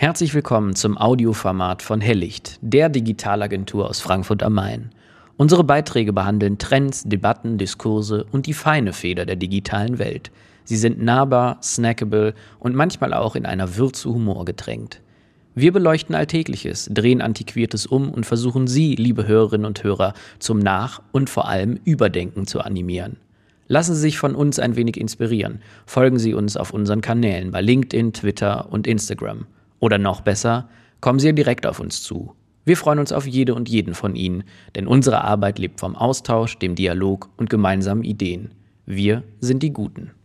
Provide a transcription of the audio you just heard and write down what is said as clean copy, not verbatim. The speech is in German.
Herzlich willkommen zum Audioformat von Hellicht, der Digitalagentur aus Frankfurt am Main. Unsere Beiträge behandeln Trends, Debatten, Diskurse und die feine Feder der digitalen Welt. Sie sind nahbar, snackable und manchmal auch in einer Würze Humor getränkt. Wir beleuchten Alltägliches, drehen Antiquiertes um und versuchen Sie, liebe Hörerinnen und Hörer, zum Nach- und vor allem Überdenken zu animieren. Lassen Sie sich von uns ein wenig inspirieren. Folgen Sie uns auf unseren Kanälen bei LinkedIn, Twitter und Instagram. Oder noch besser, kommen Sie direkt auf uns zu. Wir freuen uns auf jede und jeden von Ihnen, denn unsere Arbeit lebt vom Austausch, dem Dialog und gemeinsamen Ideen. Wir sind die Guten.